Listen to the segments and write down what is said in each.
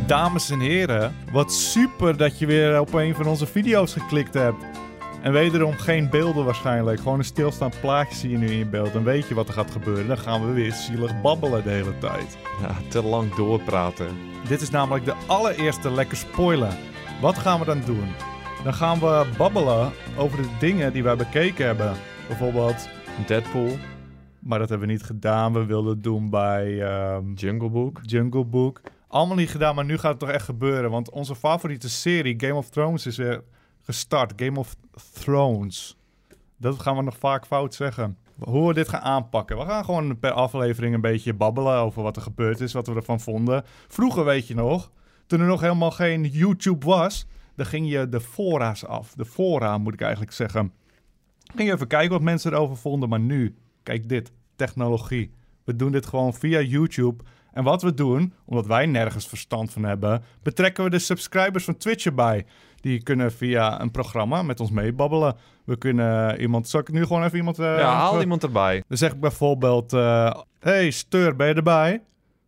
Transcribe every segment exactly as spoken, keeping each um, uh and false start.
Dames en heren, wat super dat je weer op een van onze video's geklikt hebt. En wederom geen beelden waarschijnlijk, gewoon een stilstaand plaatje zie je nu in je beeld. Dan weet je wat er gaat gebeuren, dan gaan we weer zielig babbelen de hele tijd. Ja, te lang doorpraten. Dit is namelijk de allereerste lekker spoiler. Wat gaan we dan doen? Dan gaan we babbelen over de dingen die wij bekeken hebben. Bijvoorbeeld Deadpool. Maar dat hebben we niet gedaan, we wilden het doen bij um, Jungle Book. Jungle Book. Allemaal niet gedaan, maar nu gaat het toch echt gebeuren. Want onze favoriete serie, Game of Thrones, is weer gestart. Game of Thrones. Dat gaan we nog vaak fout zeggen. Hoe we dit gaan aanpakken. We gaan gewoon per aflevering een beetje babbelen over wat er gebeurd is, wat we ervan vonden. Vroeger, weet je nog, toen er nog helemaal geen YouTube was, dan ging je de fora's af. De fora, moet ik eigenlijk zeggen. Ging je even kijken wat mensen erover vonden, maar nu, kijk dit, technologie. We doen dit gewoon via YouTube. En wat we doen, omdat wij nergens verstand van hebben, betrekken we de subscribers van Twitch erbij. Die kunnen via een programma met ons meebabbelen. We kunnen iemand... Zal ik nu gewoon even iemand... Uh, ja, haal even... iemand erbij. Dan zeg ik bijvoorbeeld... Uh, hey, Steur, ben je erbij?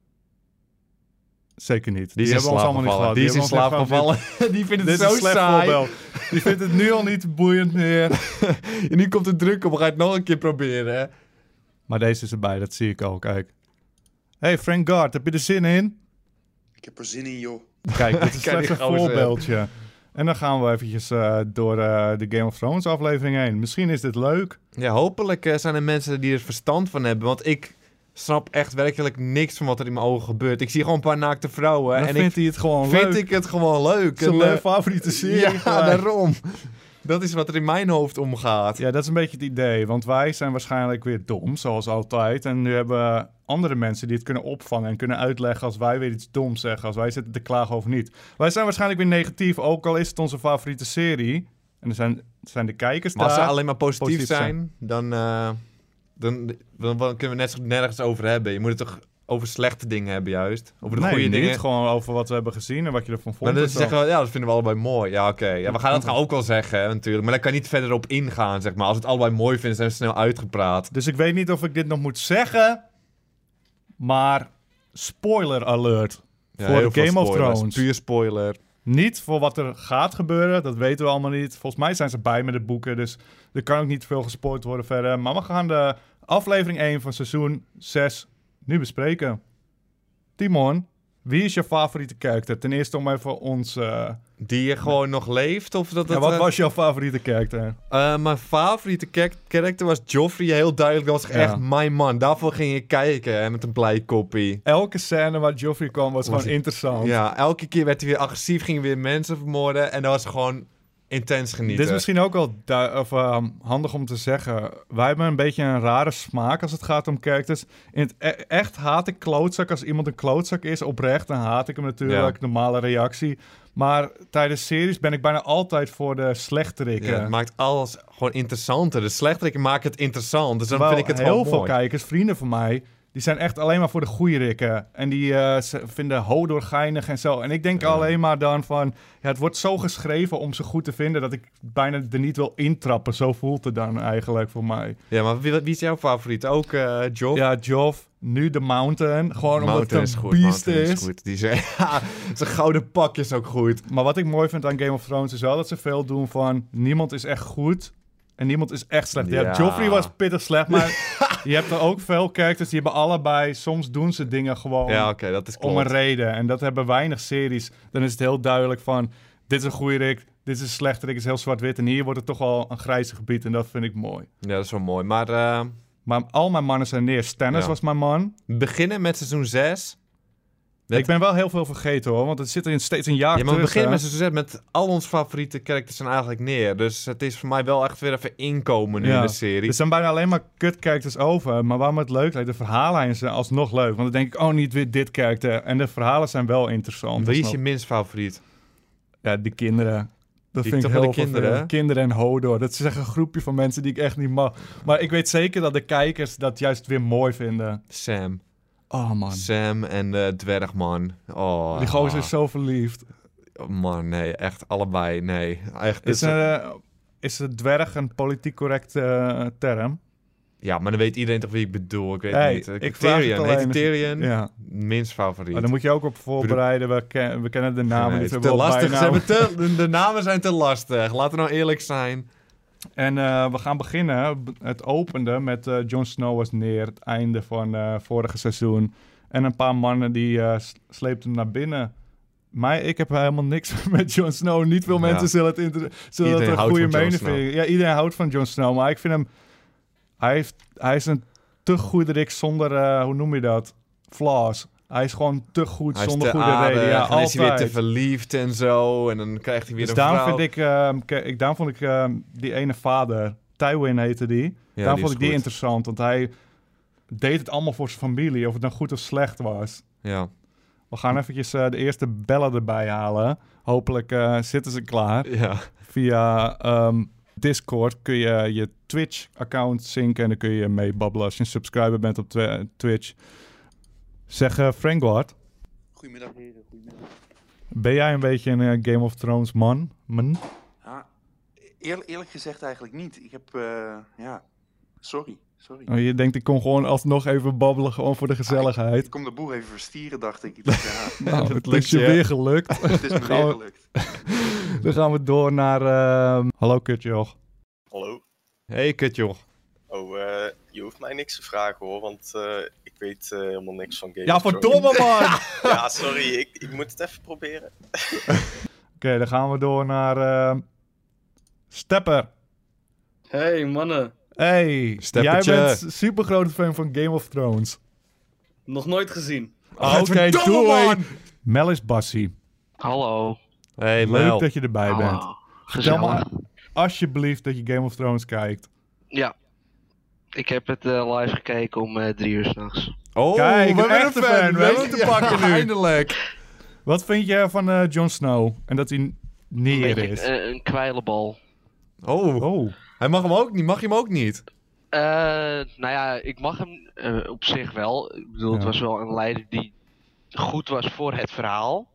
Zeker niet. Die, die hebben ons allemaal niet gehad. Die, die is in slaap gevallen. Die vindt het Dit zo is saai. Voorbeeld. Die vindt het nu al niet boeiend meer. En nu komt het druk op. We gaan het nog een keer proberen, hè? Maar deze is erbij, dat zie ik al. Kijk. Hey Frank Gard, heb je er zin in? Ik heb er zin in, joh. Kijk, dit is slechts een voorbeeldje. En dan gaan we eventjes uh, door uh, de Game of Thrones aflevering heen. Misschien is dit leuk. Ja, hopelijk uh, zijn er mensen die er verstand van hebben. Want ik snap echt werkelijk niks van wat er in mijn ogen gebeurt. Ik zie gewoon een paar naakte vrouwen. Dan en vindt ik, hij het gewoon vind leuk. ik het gewoon leuk. Zijn en, uh, favoriete serie. Ja, gelijk. daarom. Dat is wat er in mijn hoofd omgaat. Ja, dat is een beetje het idee. Want wij zijn waarschijnlijk weer dom, zoals altijd. En nu hebben andere mensen die het kunnen opvangen en kunnen uitleggen als wij weer iets doms zeggen. Als wij zitten te klagen over niet. Wij zijn waarschijnlijk weer negatief, ook al is het onze favoriete serie. En er zijn, zijn de kijkers maar als daar. ze alleen maar positief, positief zijn, zijn. Dan, uh, dan, dan, dan kunnen we net zo nergens over hebben. Je moet het toch over slechte dingen hebben juist. Over de nee, goede niet dingen. Gewoon over wat we hebben gezien en wat je ervan vond. Maar dan zeggen we, ja, dat vinden we allebei mooi. Ja, oké. Okay. Ja, we gaan dat gaan ook wel zeggen, hè, natuurlijk. Maar daar kan je niet verder op ingaan, zeg maar. Als we het allebei mooi vinden, zijn we snel uitgepraat. Dus ik weet niet of ik dit nog moet zeggen. Maar spoiler alert. Ja, voor Game of Thrones. Puur spoiler. Niet voor wat er gaat gebeuren, dat weten we allemaal niet. Volgens mij zijn ze bij met de boeken, dus er kan ook niet veel gespoild worden verder. Maar we gaan de aflevering één van seizoen zes nu bespreken. Timon, wie is je favoriete karakter? Ten eerste om even ons... Uh... Die gewoon nog leeft? Of dat ja, het, wat uh... was jouw favoriete karakter? Uh, mijn favoriete karakter was Joffrey, heel duidelijk. Dat was echt ja. mijn man. Daarvoor ging je kijken hè, met een blij koppie. Elke scène waar Joffrey kwam was, was gewoon het... interessant. Ja, elke keer werd hij weer agressief, ging weer mensen vermoorden. En dat was gewoon intens genieten. Dit is misschien ook wel du- of, uh, handig om te zeggen. Wij hebben een beetje een rare smaak als het gaat om characters. In het e- echt haat ik klootzak. Als iemand een klootzak is, oprecht, dan haat ik hem natuurlijk. Ja. Normale reactie. Maar tijdens series ben ik bijna altijd voor de slechterikken. Ja, het maakt alles gewoon interessanter. De slechterikken maken het interessant. Dus dan Terwijl vind ik het heel wel veel mooi. kijkers, vrienden van mij, die zijn echt alleen maar voor de goeie rikken. En die uh, vinden Hodor geinig en zo. En ik denk ja. alleen maar dan van... Ja, het wordt zo geschreven om ze goed te vinden... dat ik bijna er niet wil intrappen. Zo voelt het dan eigenlijk voor mij. Ja, maar wie, wie is jouw favoriet? Ook uh, Joff? Ja, Joff. Nu de Mountain. Gewoon Mountain omdat het een is goed, beest is. is goed. Die is, ja, zijn gouden pak is ook goed. Maar wat ik mooi vind aan Game of Thrones is wel dat ze veel doen van... niemand is echt goed... En niemand is echt slecht. Ja, ja Joffrey was pittig slecht, maar je hebt er ook veel characters die hebben allebei... Soms doen ze dingen gewoon ja, okay, dat is om een reden. En dat hebben weinig series. Dan is het heel duidelijk van... Dit is een goede rik, dit is een slechte rik, is heel zwart-wit. En hier wordt het toch wel een grijze gebied en dat vind ik mooi. Ja, dat is wel mooi. Maar, uh... maar al mijn mannen zijn neer. Stannis ja. was mijn man. Beginnen met seizoen zes... Met... Ik ben wel heel veel vergeten hoor, want het zit er steeds een jaar ja, maar we tussen. beginnen met seizoen zes met al onze favoriete characters zijn eigenlijk neer. Dus het is voor mij wel echt weer even inkomen nu ja. in de serie. Er zijn bijna alleen maar kut characters over, maar waarom het leuk lijkt, de verhalen zijn alsnog leuk. Want dan denk ik, oh niet weer dit karakter. En de verhalen zijn wel interessant. Wie is je minst favoriet? Ja, de kinderen. Dat die vind ik heel de kinderen, veel. Kinderen en Hodor. Dat is echt een groepje van mensen die ik echt niet mag. Maar ik weet zeker dat de kijkers dat juist weer mooi vinden. Sam. Oh man. Sam en de dwergman. Oh. Die gozer is zo verliefd. Oh, man, nee. Echt allebei. Nee. Echt, is, uh, is een dwerg een politiek correcte uh, term? Ja, maar dan weet iedereen toch wie ik bedoel. Ik weet Hey, niet. Uh, ik vraag het Tyrion. alleen. Heet die Tyrion? Ja. Minst favoriet. Maar dan moet je ook op voorbereiden. We, ken, we kennen de namen Nee, niet. het We is te hebben wel lastig. Ze bijnamen. hebben te, de, de namen zijn te lastig. Laten we nou eerlijk zijn. En uh, we gaan beginnen. Het opende met uh, Jon Snow was neer. Het einde van uh, vorige seizoen. En een paar mannen die uh, sleepten hem naar binnen. Maar ik heb helemaal niks met Jon Snow. Niet veel Ja. mensen zullen het, inter- zullen Iedereen het een houdt goede van Jon mening Snow. vinden. Ja, iedereen houdt van Jon Snow. Maar ik vind hem... Hij, heeft, hij is een te goede rik zonder... Uh, hoe noem je dat? Flaws. Hij is gewoon te goed Hij is zonder te goede aardig, reden. Ja, en dan is hij weer te altijd. verliefd en zo. En dan krijgt hij weer Dus een daarom, vrouw. vind ik, uh, k- ik, daarom vond ik uh, die ene vader... Tywin heette die. Ja, daarom die vond is ik die goed. interessant. Want hij deed het allemaal voor zijn familie. Of het nou goed of slecht was. Ja. We gaan eventjes uh, de eerste bellen erbij halen. Hopelijk uh, zitten ze klaar. Ja. Via um, Discord kun je je Twitch-account synken... en dan kun je mee babbelen als je een subscriber bent op tw- Twitch. Zeg uh, Frank Ward, Goedemiddag heren, goedemiddag. ben jij een beetje een uh, Game of Thrones man? man? Ja, eerlijk, eerlijk gezegd eigenlijk niet. Ik heb, uh, ja, sorry, sorry. Oh, je denkt, ik kom gewoon alsnog even babbelen, gewoon voor de gezelligheid. Ik kom de boer even verstieren, dacht ik. Ik dacht, ja, Nou, dat het lukt is je je. weer gelukt. het is me Gaan we- weer gelukt. Dan gaan we door naar... Uh, hallo Kutjoch. Hallo. Hey, kutjoh. Oh, eh, je hoeft mij niks te vragen hoor, want eh, ik weet eh, helemaal niks van Game Ja, of Thrones. verdomme man! Oké, Ja, sorry, ik, ik moet het even proberen. dan gaan we door naar... Uh, Stepper. Hey mannen, Hey, Steppertje. jij bent super grote fan van Game of Thrones. nog nooit gezien. Oké, verdomme, doei! man! Mel is Bassie. Hallo. Hey, Leuk Mel. dat je erbij Hallo. bent. Vertel Gezellig. me alsjeblieft dat je Game of Thrones kijkt. Ja. Ik heb het eh, live gekeken om eh, drie uur s'nachts. Oh, Kijk, we een hebben echte fan. We hebben hem te Ja, pakken nu. Eindelijk. Wat vind je van eh Jon Snow? En dat hij Een neer beetje is. eh, een kwijlenbal. Oh, Oh, hij mag hem ook niet. Mag je hem ook niet? Eh, nou ja, ik mag hem eh, op zich wel. Ik bedoel, het Ja. was wel een leider die goed was voor het verhaal.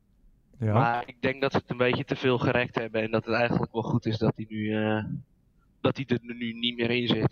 ja. Maar ik denk dat ze het een beetje te veel gerekt hebben. En dat het eigenlijk wel goed is dat hij nu, eh, dat hij er nu niet meer in zit.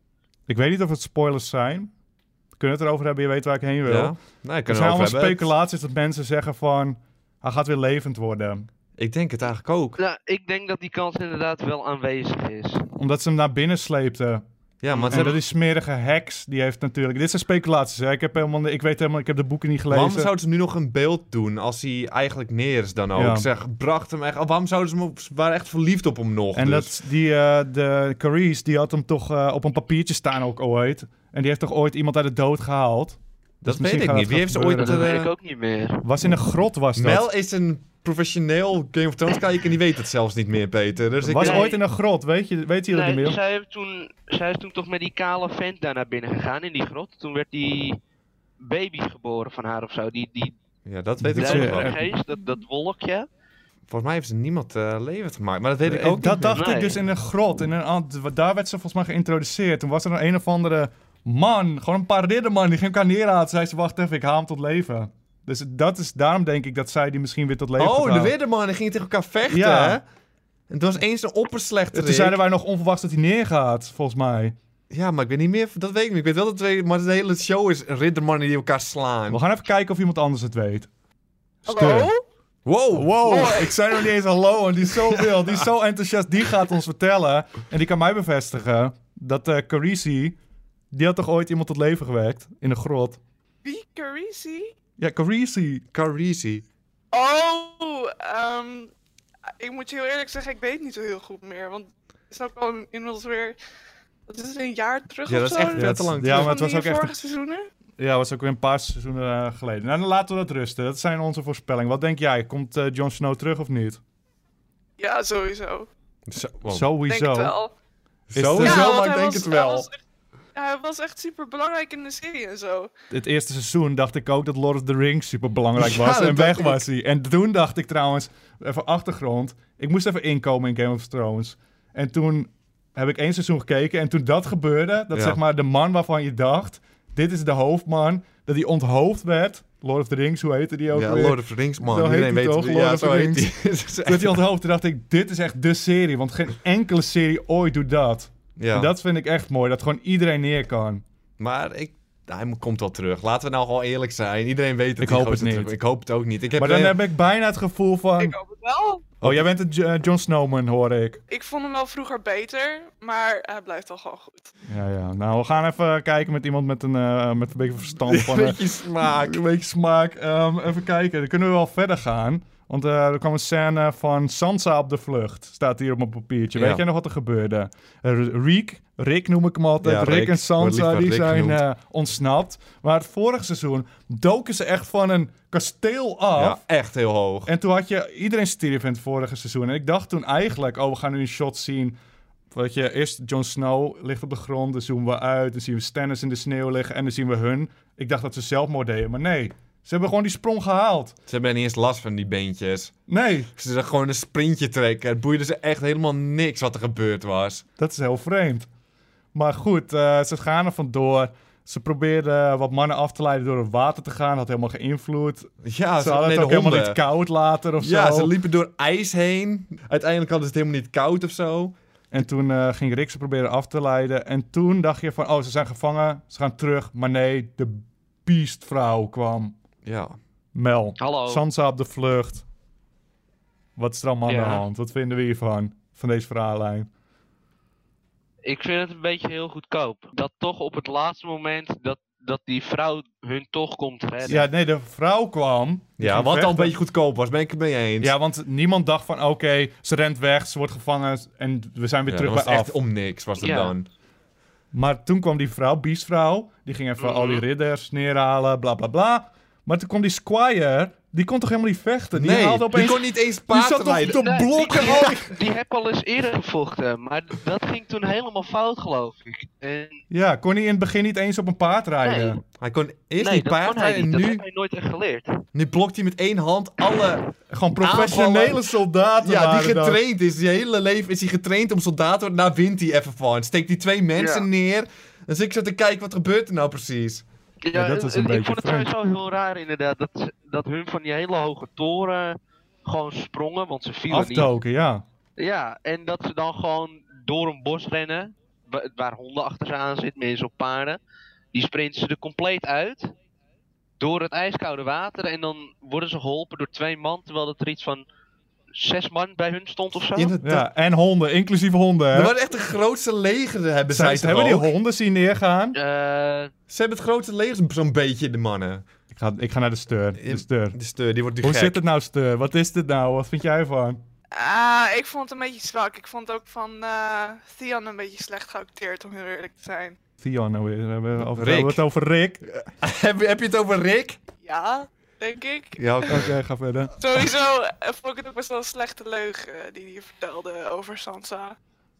Ik weet niet of het spoilers zijn. We kunnen het erover hebben, je weet waar ik heen wil. Ja. Nee, ik er kan zijn erover allemaal hebben. speculaties dat mensen zeggen van... Hij gaat weer levend worden. Ik denk het eigenlijk ook. Nou, ik denk dat die kans inderdaad wel aanwezig is. Omdat ze hem naar binnen sleepten. Ja, maar ze En dat hebben... die smerige heks, die heeft natuurlijk... Dit zijn speculaties, hè. Ik heb helemaal... Ik weet helemaal... Ik heb de boeken niet gelezen. Waarom zouden ze nu nog een beeld doen als hij eigenlijk neer is dan ook? Ja. Zeg, bracht hem echt... Waarom zouden ze hem... op- Ze waren echt verliefd op hem nog. En dus. dat die, eh de Carice, die had hem toch eh, op een papiertje staan ook ooit. En die heeft toch ooit iemand uit de dood gehaald? Dus Dat misschien weet ik gaat niet. het Wie heeft ze gaan ooit... Dat gebeuren. eh, weet ik ook niet meer. Was in een grot, was dat. Mel is een professioneel Game of Thrones kijker en die weet het zelfs niet meer, Peter. Dus ik... was Nee. ooit in een grot, weet je, weet je dat niet Nee, meer? zij, heeft toen, zij is toen toch met die kale vent daar naar binnen gegaan in die grot. Toen werd die baby geboren van haar of zo. Die, die Ja, dat weet ik Dat ook is, nog eh, wel. duivelse geest, dat, dat wolkje. Volgens mij heeft ze niemand uh, levend gemaakt, maar dat weet ik Eh, ook dat niet dacht meer. ik Nee. dus in een grot. In een, an- daar werd ze volgens mij geïntroduceerd. Toen was er een, een of andere man, gewoon een paar ridderman, die ging elkaar neerhalen. Zei ze, wacht even, ik haal hem tot leven. Dus dat is, daarom denk ik dat zij die misschien weer tot leven Oh, gaat de halen. Ridderman, die gingen tegen elkaar vechten, Ja. hè? En het was eens een opperslechterik. Toen zeiden wij nog onverwachts dat hij neergaat, volgens mij. Ja, maar ik weet niet meer, dat weet ik niet. Ik weet wel dat twee, maar de hele show is Riddermannen die elkaar slaan. We gaan even kijken of iemand anders het weet. Hallo? Stur. Wow! Wow, ik zei nog niet eens hallo en die is zo wil, die is zo enthousiast, die gaat ons vertellen. En die kan mij bevestigen dat eh Carice, die had toch ooit iemand tot leven gewekt in een grot. Wie? Carisi? Ja, Carice. Carisi. Oh, ehm, ik moet je heel eerlijk zeggen, ik weet niet zo heel goed meer. Want het is ook al inmiddels weer, dat is een jaar terug Ja, of dat is zo. echt Ja, vet het- te lang ja, terug. maar het Van was die ook echt- vorige seizoenen. Ja, was ook weer een paar seizoenen eh, geleden. Nou, dan laten we dat rusten. Dat zijn onze voorspellingen. Wat denk jij? Komt eh Jon Snow terug of niet? Ja, sowieso. Zo, wow. Ik Sowieso. denk het wel. Sowieso, Ja, want maar ik hij denk was- het wel. Hij was, echt, ja, hij was echt super belangrijk in de serie en zo. Het eerste seizoen dacht ik ook dat Lord of the Rings super belangrijk Ja, was. dat en weg dacht ik. was hij. En toen dacht ik trouwens, even achtergrond. Ik moest even inkomen in Game of Thrones. En toen heb ik één seizoen gekeken. En toen dat gebeurde, dat Ja. zeg maar de man waarvan je dacht, dit is de hoofdman, dat hij onthoofd werd. Lord of the Rings, hoe heette die ook Ja, weer? Lord of the Rings, man. Zo heet Iedereen die weet toch? het. Lord Ja, of the zo heet Rings. die. Het is Toen werd hij onthoofd. Toen dacht ik, dit is echt de serie. Want geen enkele serie ooit doet dat. Ja. En dat vind ik echt mooi, dat gewoon iedereen neer kan. Maar ik, hij komt wel terug. Laten we nou gewoon eerlijk zijn. Iedereen weet het. Ik die hoop gozer het niet. terug- Ik hoop het ook niet. Ik heb Maar dan eh, heb ik bijna het gevoel van... Ik hoop het wel. Oh, jij bent een J- eh, Jon Snowman, hoor ik. Ik vond hem wel vroeger beter, maar hij blijft wel gewoon goed. Ja, ja. Nou, we gaan even kijken met iemand met een, eh, met een beetje verstand van... een eh, beetje smaak. Een beetje smaak. Ehm, even kijken, dan kunnen we wel verder gaan. Want eh, er kwam een scène van Sansa op de vlucht. Staat hier op mijn papiertje. Ja. Weet jij nog wat er gebeurde? Uh, Rick, Rick noem ik hem altijd. Ja, Rick, Rick. en Sansa, Wordt liever die Rick zijn genoemd. eh, ontsnapt. Maar het vorige seizoen doken ze echt van een kasteel af. Ja, echt heel hoog. En toen had je... Iedereen stierf in het vorige seizoen. En ik dacht toen eigenlijk... Oh, we gaan nu een shot zien... Weet je, eerst Jon Snow ligt op de grond, dan zoomen we uit, dan zien we Stannis in de sneeuw liggen en dan zien we hun. Ik dacht dat ze zelfmoord deden, maar nee. Ze hebben gewoon die sprong gehaald. Ze hebben niet eens last van die beentjes. Nee, Ze zijn gewoon een sprintje trekken. Het boeide ze echt helemaal niks wat er gebeurd was. dat is heel vreemd. Maar goed, eh, ze gaan er vandoor. Ze probeerden wat mannen af te leiden door het water te gaan. Had helemaal geen invloed. Ja, ze hadden nee, het de ook helemaal honden. niet koud later of Ja, zo. ze liepen door ijs heen. Uiteindelijk hadden ze het helemaal niet koud of zo. En toen eh, ging Rick ze proberen af te leiden. En toen dacht je van, oh, ze zijn gevangen. Ze gaan terug. Maar nee, de beastvrouw kwam. Ja. Mel. Hallo. Sansa op de vlucht. Wat is er allemaal aan Ja. de hand? Wat vinden we hiervan? Van deze verhaallijn? Ik vind het een beetje heel goedkoop. Dat toch op het laatste moment dat, dat die vrouw hun toch komt redden. Ja, nee, de vrouw kwam. Die Ja, ging wat al een vechten. beetje goedkoop was, ben ik het mee eens. Ja, want niemand dacht van, oké, ze rent weg, ze wordt gevangen en we zijn weer Ja, terug dat bij was af. echt om niks, was het Ja. dan. Maar toen kwam die vrouw, beastvrouw, die ging even Mhm. al die ridders neerhalen, bla bla bla. Maar toen kwam die squire, die kon toch helemaal niet vechten? Die nee, haalde opeens... die kon niet eens die paard zat toch rijden. te Nee, blokken. die, Oh, die, die heb al eens eerder gevochten, maar dat ging toen helemaal fout, geloof ik. En, ja, kon hij in het begin niet eens op een paard rijden. Nee. Hij kon eerst nee, niet dat paard kon hij rijden niet. en Dat nu, heb hij nooit echt geleerd. nu blokt hij met één hand alle... Gewoon professionele Aanvallen. soldaten Ja, die waren dat. getraind is. Die hele leven is hij getraind om soldaat te worden. Daar wint hij even van. Steekt die twee mensen Ja. neer. Dan zit ik zo te kijken, wat gebeurt er nou precies? Ja, dat is een ik beetje vond het vreemd. sowieso heel raar inderdaad, dat, ze- dat hun van die hele hoge toren gewoon sprongen, want ze vielen niet. Afdoken, ja. Ja, en dat ze dan gewoon door een bos rennen, wa- waar honden achter ze aan zitten, mensen op paarden. Die sprinten ze er compleet uit, door het ijskoude water, en dan worden ze geholpen door twee man, terwijl dat er iets van zes man bij hun stond of zo. Inderdaad. Ja, en honden, inclusief honden, hè. Dat waren echt de grootste leger, hebben zij, Zij, ze toch hebben die ook? honden zien neergaan. Eh, Ze hebben het grootste leger, zo'n beetje, de mannen. Ik ga, ik ga naar de steur. De steur. De steur, die wordt nu Hoe gek. zit het nou, steur? Wat is dit nou? Wat vind jij van? Ah, ik vond het een beetje zwak. Ik vond ook van eh Theon een beetje slecht geacteerd, om heel eerlijk te zijn. Theon, nou weer. We hebben, over, Rick. we hebben het over Rick. heb, je, heb je het over Rick? Ja, denk ik. Ja, oké. Oké, ga verder. Sowieso eh, vond ik het ook best wel een slechte leugen eh, die hij vertelde over Sansa.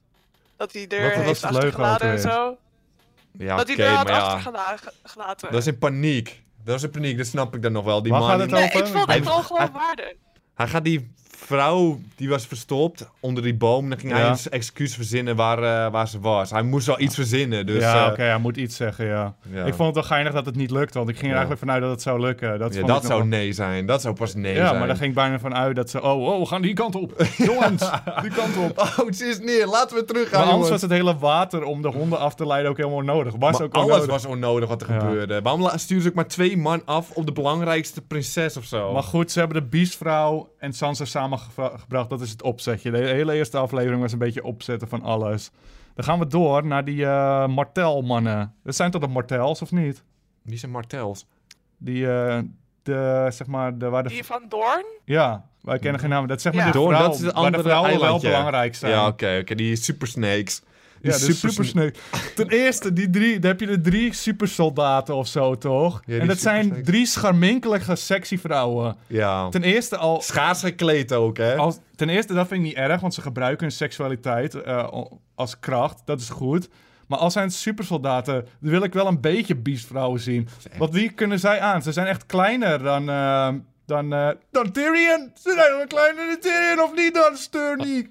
Dat hij er Wat was heeft het leugen achtergelaten en ook weer? zo. Ja, dat oké, hij er had maar ja. achtergelaten. Dat is in paniek. Dat is in paniek, dat snap ik dan nog wel. Die Waar man, gaat het die- Nee, over? ik vond Hij- het wel gewoon waarde. Hij gaat die vrouw, die was verstopt onder die boom. Dan ging hij Ja. een excuus verzinnen waar, eh, waar ze was. Hij moest wel iets verzinnen, dus... ja, eh, oké, hij moet iets zeggen, ja. ja. Ik vond het wel geinig dat het niet lukt, want ik ging er Ja. eigenlijk vanuit dat het zou lukken. Dat, Ja, vond dat ik nog zou wel- nee zijn. Dat zou pas nee Ja, zijn. maar daar ging ik bijna van uit dat ze... Oh, oh, we gaan die kant op. Jongens, die kant op. Oh, het is neer. Laten we terug gaan, Maar anders was jongens. het hele water om de honden af te leiden ook helemaal nodig. Was Maar ook alles onnodig. was onnodig wat er Ja. gebeurde. Waarom la- sturen ze ook maar twee man af op de belangrijkste prinses of zo? Maar goed, ze hebben de beastvrouw en Sansa samengebracht. Dat is het opzetje. De hele eerste aflevering was een beetje opzetten van alles. Dan gaan we door naar die uh, Martel-mannen. Dat zijn toch de Martels, of niet? Wie zijn Martels? Die, eh, de, zeg maar, de, waar de... Die van Doorn? Ja, wij kennen geen naam. Dat is zeg maar Ja. de Doorn, vrouw, dat is het waar de andere vrouwen wel eilandje. belangrijk zijn. Ja, oké, oké. Die super snakes. Die Ja, de supersnake. Ten eerste, die drie, dan heb je de drie supersoldaten of zo, toch? die en dat zijn supersnakes. drie scharminkelige sexy vrouwen. Ja. Ten eerste al... Schaars gekleed ook, hè? Als, ten eerste, dat vind ik niet erg, want ze gebruiken hun seksualiteit eh, o- als kracht. Dat is goed. Maar als zijn supersoldaten, dan wil ik wel een beetje beastvrouwen zien. Want wie kunnen zij aan? Ze zijn echt kleiner dan, eh, dan, eh, dan Tyrion. Ze zijn nog kleiner dan Tyrion, of niet dan Sterny?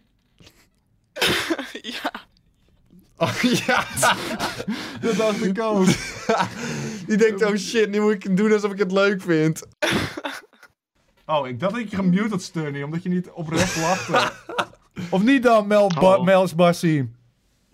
Ja. Oh, ja. Dat dacht ik ook. Die denkt, oh shit, nu moet ik het doen alsof ik het leuk vind. Oh, ik dacht dat je gemute had, Sterny, omdat je niet oprecht lachte. Of niet dan, Mel ba Hallo. Mels Bassie?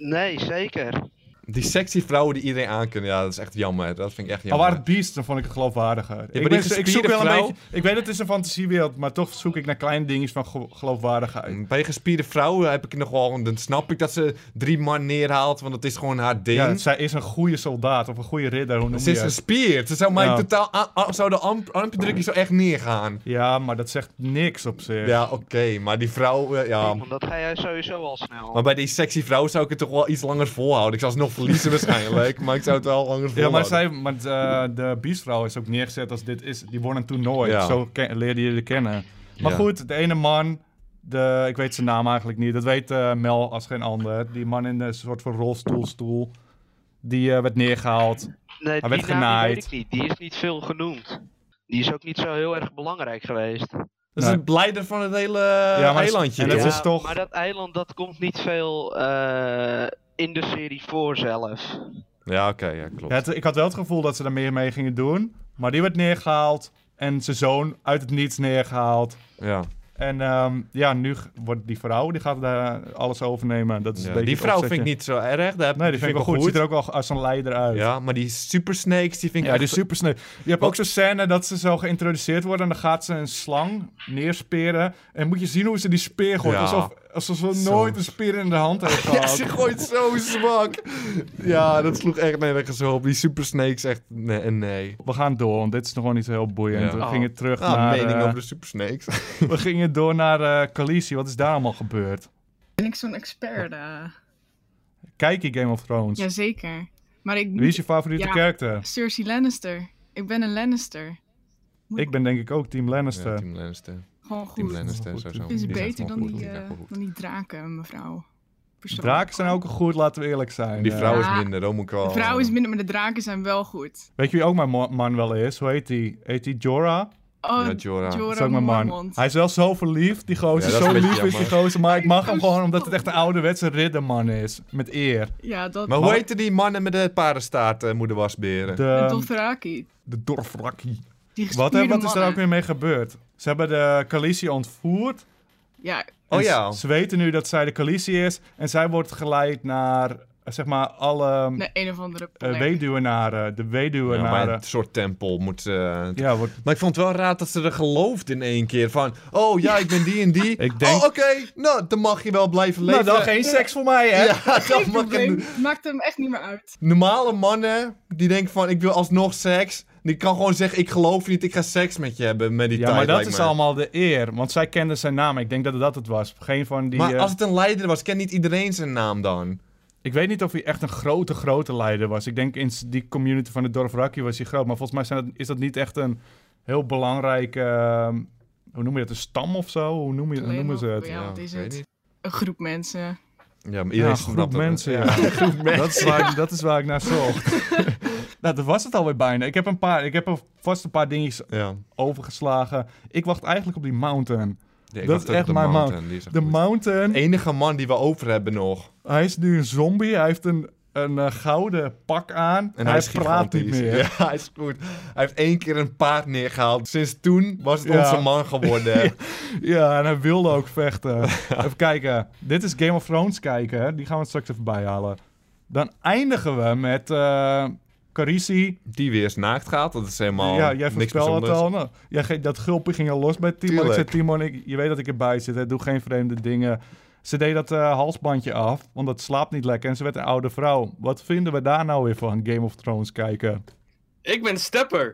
Nee, zeker. Die sexy vrouwen die iedereen aankunnen, ja, dat is echt jammer. Dat vind ik echt Al jammer. waren het Beast, dan vond ik het geloofwaardiger. maar ik, die ben, ik gespierde zoek wel een vrouw- beetje... Ik weet het is een fantasiewereld, maar toch zoek ik naar kleine dingetjes van ge- geloofwaardigheid. Bij gespierde vrouwen heb ik nog wel... Dan snap ik dat ze drie man neerhaalt, want dat is gewoon haar ding. Ja, zij is een goede soldaat of een goede ridder, hoe noem Ze je is het? gespierd. Ze zou mij Ja. totaal... a- a- zou de arm, armpje zo echt neergaan. Ja, maar dat zegt niks op zich. Ja, oké. maar die vrouw... eh, ja. Want dat ga jij sowieso al snel. Maar bij die sexy vrouw zou ik het toch wel iets langer volhouden. Ik zou ze nog verliezen waarschijnlijk, maar ik zou het wel langer volhouden. Ja, maar, zij, maar de, de Beastvrouw is ook neergezet als dit is. Die won een toernooi. Ja. Zo ken, leerde je er kennen. Maar Ja. goed, de ene man, de, ik weet zijn naam eigenlijk niet. Dat weet eh, Mel als geen ander. Die man in een soort van rolstoelstoel. Die eh, werd neergehaald. Nee, Hij die werd naam die genaaid. weet ik niet. Die is niet veel genoemd. Die is ook niet zo heel erg belangrijk geweest. Dat is Nee. een leider van het hele Ja, maar- eilandje. en dat toch? is toch- Maar dat eiland, dat komt niet veel eh, in de serie voor zelf. Ja, oké, ja, klopt. Ja, het- ik had wel het gevoel dat ze er meer mee gingen doen. Maar die werd neergehaald. En zijn zoon uit het niets neergehaald. Ja. En ehm, ja, nu g- wordt die vrouw, die gaat daar alles overnemen. Dat is Ja, een beetje die het vrouw opzetje. vind ik niet zo erg. Dat, Nee, die vind ik wel goed. Ziet er ook wel als een leider uit. Ja, maar die super snakes, die vind ik Ja, die echt... is super snel. Je hebt ook zo'n scène dat ze zo geïntroduceerd worden. En dan gaat ze een slang neersperen. En moet je zien hoe ze die speer gooit. Ja. Alsof, alsof ze Zo. nooit een speer in de hand heeft gehad. Ja, ze gooit zo zwak. Ja, dat sloeg echt nergens op. Die super snakes echt... Nee, nee. We gaan door, want dit is nog wel niet zo heel boeiend. Ja. We gingen terug Ah, naar... mening eh, over de super snakes. we gingen door naar eh Khaleesi. Wat is daar allemaal gebeurd? Ben ik zo'n expert? eh Kijk je Game of Thrones? Jazeker. Maar ik Wie is je favoriete Ja. karakter? Cersei Lannister. Ik ben een Lannister. Ik ben denk ik ook Team Lannister. Ja, Team Lannister. Gewoon goed. Team Lannister, Goed, sowieso. Het is Die zijn beter dan gewoon die, goed, eh, zijn gewoon goed. dan die draken, mevrouw. Persoonlijk. Draken zijn ook goed, laten we eerlijk zijn. Die Eh, vrouw Ja. is minder, dat moet ik wel... De vrouw is minder, maar de draken zijn wel goed. Weet je wie ook mijn mo- man wel is? Hoe heet die? Heet die Jorah? Oh, Ja, Jorah. Dat is ook mijn man. Mormont. Hij is wel zo verliefd, die gozer. Ja, dat is zo een lief beetje is die jammer. gozer. Maar ik mag hem Hij is gewoon zo omdat het echt een ouderwetse ridderman is. Met eer. Ja, dat... Maar hoe Maar- heette die mannen met de paardenstaart, eh, moeder wasberen? de De, Dothraki. de Dorfrakkie. Die Wat, gespierde hè, wat is er mannen. ook weer mee gebeurd? Ze hebben de Khaleesi ontvoerd. Ja, Oh En ja. s- Ze weten nu dat zij de Khaleesi is. En zij wordt geleid naar, eh, zeg maar, alle de een of andere eh, plek. weduwenaren. De Ja, weduwenaren. maar een soort tempel moet... eh, Ja, wordt... Maar ik vond het wel raar dat ze er geloofde in één keer. Van, oh ja, ik ben die en die. Ik denk- Oh, oké, nou, dan mag je wel blijven leven. Nou, dan geen seks voor mij, hè? Ja, dan Geen mag probleem. een... Het maakt hem echt niet meer uit. Normale mannen, die denken van, ik wil alsnog seks. Die kan gewoon zeggen, ik geloof je niet, ik ga seks met je hebben met die Ja, tijd, maar dat lijkt is mij. allemaal de eer. Want zij kenden zijn naam. Ik denk dat dat het was. Geen van die... Maar eh, als het een leider was, kent niet iedereen zijn naam dan. Ik weet niet of hij echt een grote, grote leider was. Ik denk in s- die community van de Dothraki was hij groot. Maar volgens mij zijn dat, is dat niet echt een heel belangrijk... ehm, hoe noem je dat? Een stam of zo? Hoe, noem je, hoe Alleen noemen ze nog- het? Ja, wat ik is weet het? niet. Een groep mensen. Ja, maar Ja, iedereen een snapt groep het. mensen, ja. Een groep mensen. Dat is, waar, ik- dat is waar ik naar zocht. Nou, dat was het alweer bijna. Ik heb, een paar, ik heb er vast een paar dingetjes Ja. overgeslagen. Ik wacht eigenlijk op die mountain. Ja, ik Dat wacht is ook echt op de mijn mountain, die is echt De goed. mountain, Enige man die we over hebben nog. hij is nu een zombie. Hij heeft een, een eh, gouden pak aan. En hij hij is praat niet gigantisch. meer. Ja, hij is goed. Hij heeft één keer een paard neergehaald. Sinds toen was het Ja. onze man geworden. Ja, en hij wilde ook vechten. Even kijken. Dit is Game of Thrones kijken. Hè? Die gaan we straks even bijhalen. Dan eindigen we met uh, Khaleesi. Die weer eens naakt gaat. Dat is helemaal Ja, jij niks voorspelde het bijzonders. al. Nou, jij, ge- dat gulpje ging al los bij Timon. Ik Tuurlijk. zei, Timon, ik, je weet dat ik erbij zit. Hè? Doe geen vreemde dingen. Ze deed dat uh, halsbandje af, want dat slaapt niet lekker. En ze werd een oude vrouw. Wat vinden we daar nou weer van, Game of Thrones kijken? Ik ben Stepper.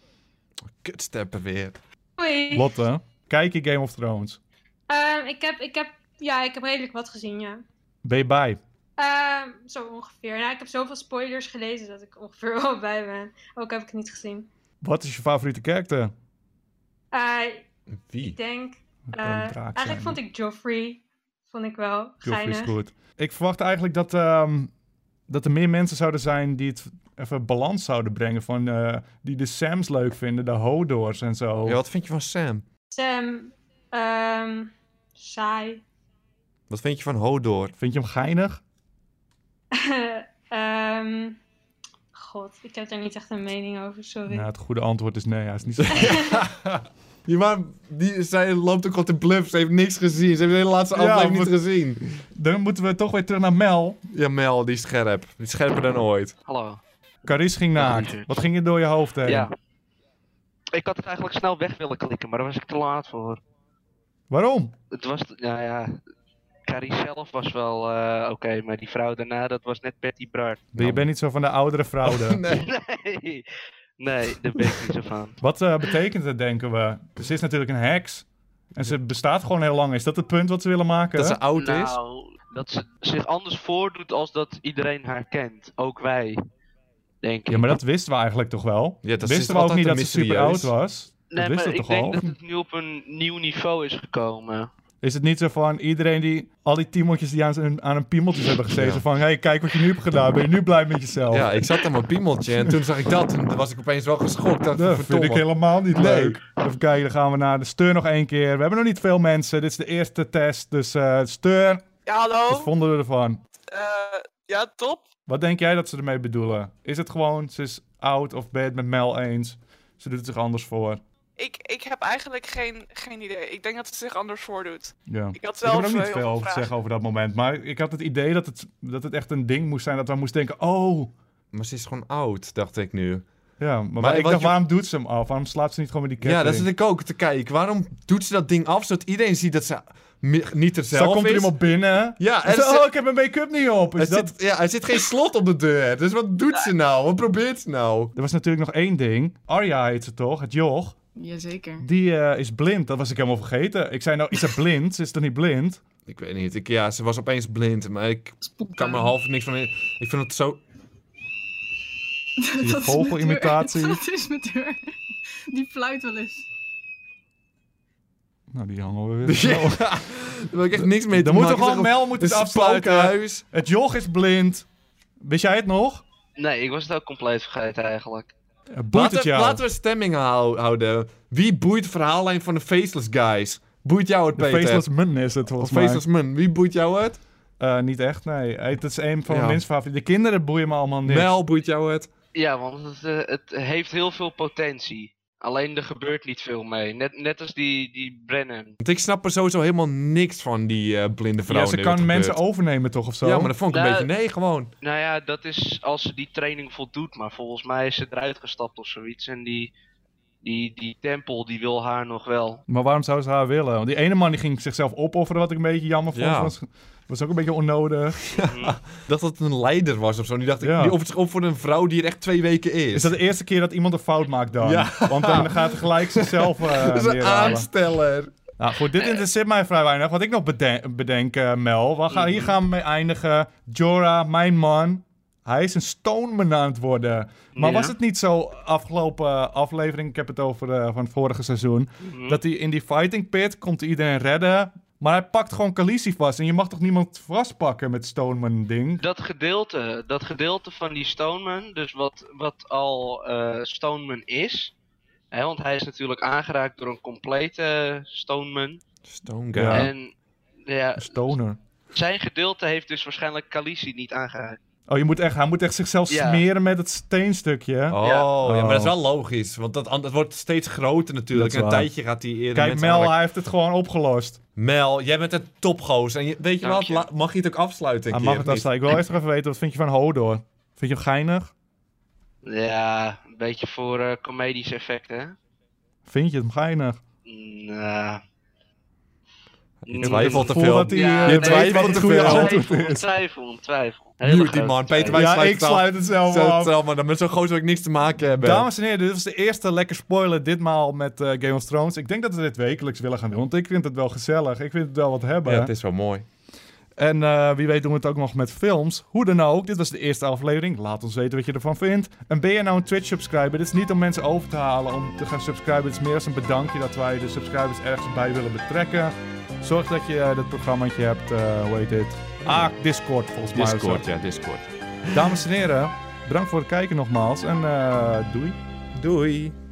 Kutsteppen weer. Hoi. Lotte, kijk je Game of Thrones? Ehm, ik, heb, ik, heb, ja, ik heb redelijk wat gezien, ja. Ben je bij? Ehm, zo ongeveer. Nou, ik heb zoveel spoilers gelezen dat ik ongeveer wel bij ben. Ook heb ik het niet gezien. Wat is je favoriete karakter? Eh, Wie? ik denk... Dat eh, kan een draak eigenlijk zijn. vond ik Joffrey vond ik wel Joffrey is geinig. goed. Ik verwacht eigenlijk dat, ehm, dat er meer mensen zouden zijn die het even balans zouden brengen. Van, eh, die de Sams leuk vinden, de Hodors en zo. Ja, wat vind je van Sam? Sam, ehm saai. Wat vind je van Hodor? Vind je hem geinig? Ehm god, ik heb daar niet echt een mening over, sorry. Nou, het goede antwoord is nee, hij is niet zo... Ja, maar die, zij loopt ook al te bluff. Ze heeft niks gezien. Ze heeft de hele laatste Ja, aflevering maar- niet gezien. Dan moeten we toch weer terug naar Mel. Ja, Mel, die is scherp. Die is scherper dan ooit. Hallo. Carice ging naakt. Wat ging er door je hoofd heen? Ja. Ik had het eigenlijk snel weg willen klikken, maar daar was ik te laat voor. Waarom? Het was, nou ja, Carrie zelf was wel eh, oké, maar die vrouw daarna, dat was net Betty Bart. Je bent niet zo van de oudere vrouwen. Nee. Nee, nee, daar ben ik niet zo van. Wat uh, betekent het, denken we? Ze is natuurlijk een heks. En ze bestaat gewoon heel lang. Is dat het punt wat ze willen maken? Dat ze oud is? Nou, dat ze zich anders voordoet als dat iedereen haar kent. Ook wij, denk ik. Ja, maar dat wisten we eigenlijk toch wel? Ja, dat is wisten we ook altijd niet een dat ze super mysterieus. oud was? Nee, dat wisten maar we ik toch al? denk dat het nu op een nieuw niveau is gekomen. Is het niet zo van iedereen die... Al die tiemeltjes die aan, zijn- aan een piemeltjes hebben gezeten. Ja. Van, hé, hey, kijk wat je nu hebt gedaan. Ben je nu blij met jezelf? Ja, ik zat aan mijn piemeltje en toen zag ik dat en toen was ik opeens wel geschokt. Dacht, Dat vind ik verdomme. helemaal niet Nee. leuk. Even kijken, dan gaan we naar de Steur nog één keer. We hebben nog niet veel mensen. Dit is de eerste test. Dus uh, Steur, Ja, hallo? wat vonden we ervan? Eh, ja, top. Wat denk jij dat ze ermee bedoelen? Is het gewoon, ze is oud of ben je het met Mel eens? Ze doet het zich anders voor. Ik, ik heb eigenlijk geen, geen idee. Ik denk dat het zich anders voordoet. Ja. Ik had Ik zelf heb er ook eh, niet heel veel veel over te vragen. zeggen over dat moment. Maar ik had het idee dat het, dat het echt een ding moest zijn. Dat we moesten denken, oh... Maar ze is gewoon oud, dacht ik nu. Ja, maar, Maar ik wat dacht, je- waarom doet ze hem af? Waarom slaat ze niet gewoon met die ketting? Ja, dat zit ik ook te kijken. Waarom doet ze dat ding af, zodat iedereen ziet dat ze mi- niet er Zo zelf komt er is? iemand binnen. Ja, En en zo, ze- oh, ik heb mijn make-up niet op. Is Er dat... zit, ja, er zit geen slot op de deur. Dus wat doet ze nou? Wat probeert ze nou? Er was natuurlijk nog één ding. Arya heet ze toch? Het joch. Jazeker. Die eh, is blind. Dat was ik helemaal vergeten. Ik zei nou, is ze blind? Ze is toch niet blind? Ik weet niet. Ik, ja, ze was opeens blind, maar ik kan er half niks van in. Ik vind het zo... Die vogelimitatie. Wat is met haar? Die fluit wel eens. Nou, die hangen we weer. Ja, snel. daar wil ik echt niks mee te Dan moet er maken. gewoon Mel moet het Een afsluiten. spookhuis. Het joch is blind. Wist jij het nog? Nee, ik was het ook compleet vergeten eigenlijk. Uh, boeit Laten, het jou? laten we stemming hou- houden. Wie boeit de verhaallijn van de Faceless Guys? Boeit jou het, De Peter? Faceless Man is het volgens Of mij. Faceless Man. Wie boeit jou het? Uh, niet echt, nee. Hey, dat is een van Ja. mijn minst favoriete. De kinderen boeien me allemaal niks. Mel, boeit jou het? Ja, want het, eh, het heeft heel veel potentie. Alleen er gebeurt niet veel mee. Net, net als die, die Brennan. Want ik snap er sowieso helemaal niks van, die eh, blinde vrouw. Ja, ze nu kan wat mensen gebeurt. overnemen toch of zo? Ja, maar dat vond ik een Nou, beetje... Nee, gewoon. Nou ja, dat is als ze die training voldoet. Maar volgens mij is ze eruit gestapt of zoiets. En die, die, die tempel, die wil haar nog wel. Maar waarom zou ze haar willen? Want die ene man die ging zichzelf opofferen, wat ik een beetje jammer vond. Ja. Was, was ook een beetje onnodig. Dat het een leider was of zo. Die dacht, ik, Ja. die offert zich op voor een vrouw die er echt twee weken is. Is dat de eerste keer dat iemand een fout maakt dan? Ja. Want dan gaat hij gelijk zichzelf uh, Dat is een neerhalen. aansteller. Nou goed, dit interesseert mij vrij weinig. Wat ik nog beden bedenk, uh, Mel. We gaan, hier gaan we mee eindigen. Jorah, mijn man. Hij is een stoneman aan het worden. Maar Ja. was het niet zo afgelopen aflevering, ik heb het over uh, van het vorige seizoen, Mhm. dat hij in die fighting pit komt hij iedereen redden, maar hij pakt gewoon Khaleesi vast. En je mag toch niemand vastpakken met stoneman ding? Dat gedeelte, dat gedeelte van die Stoneman, dus wat, wat al eh, Stoneman is. Hè, want hij is natuurlijk aangeraakt door een complete Stoneman. Stone guy. Ja. En ja, Een stoner. zijn gedeelte heeft dus waarschijnlijk Khaleesi niet aangeraakt. Oh, je moet echt, hij moet echt zichzelf Ja. smeren met het steenstukje. Oh, Ja. ja, maar dat is Oh. wel logisch. Want dat, an- het wordt steeds groter natuurlijk. Dat is En een waar. tijdje gaat hij eerder Kijk, mensen Mel, aanraken. hij heeft het gewoon opgelost. Mel, jij bent een topgoos. En je, weet je Dank wat? je. La- mag je het ook afsluiten een Hij keer, mag het of niet? afsluiten. Ik wil eerst nog even weten, wat vind je van Hodor? Vind je hem geinig? Ja, een beetje voor eh comedisch effect, hè? Vind je hem geinig? Nou. Je twijfelt te Voel veel. dat hij, Ja, eh, je weet twijfelt wat het te goede veel. antwoord Twijfel, is. twijfel, twijfel. Hele Mute die grote man. Peter, twijfel. wij Ja, sluiten ik het af. sluit het zelf Zet het af. zelf maar. Dan met zo'n gozer wil ik niks te maken hebben. Dames en heren, dit was de eerste lekker spoiler ditmaal met uh, Game of Thrones. Ik denk dat we dit wekelijks willen gaan doen, want ik vind het wel gezellig. Ik vind het wel wat hebben. Ja, het is wel mooi. En uh, wie weet doen we het ook nog met films. Hoe dan ook, dit was de eerste aflevering. Laat ons weten wat je ervan vindt. En ben je nou een Twitch-subscriber? Dit is niet om mensen over te halen om te gaan subscriben. Het is meer als een bedankje dat wij de subscribers ergens bij willen betrekken. Zorg dat je uh, dat programmaatje hebt, uh, hoe heet dit? Ah, Discord volgens mij. Discord, ja, Discord. Dames en heren, bedankt voor het kijken nogmaals. En uh, doei. Doei.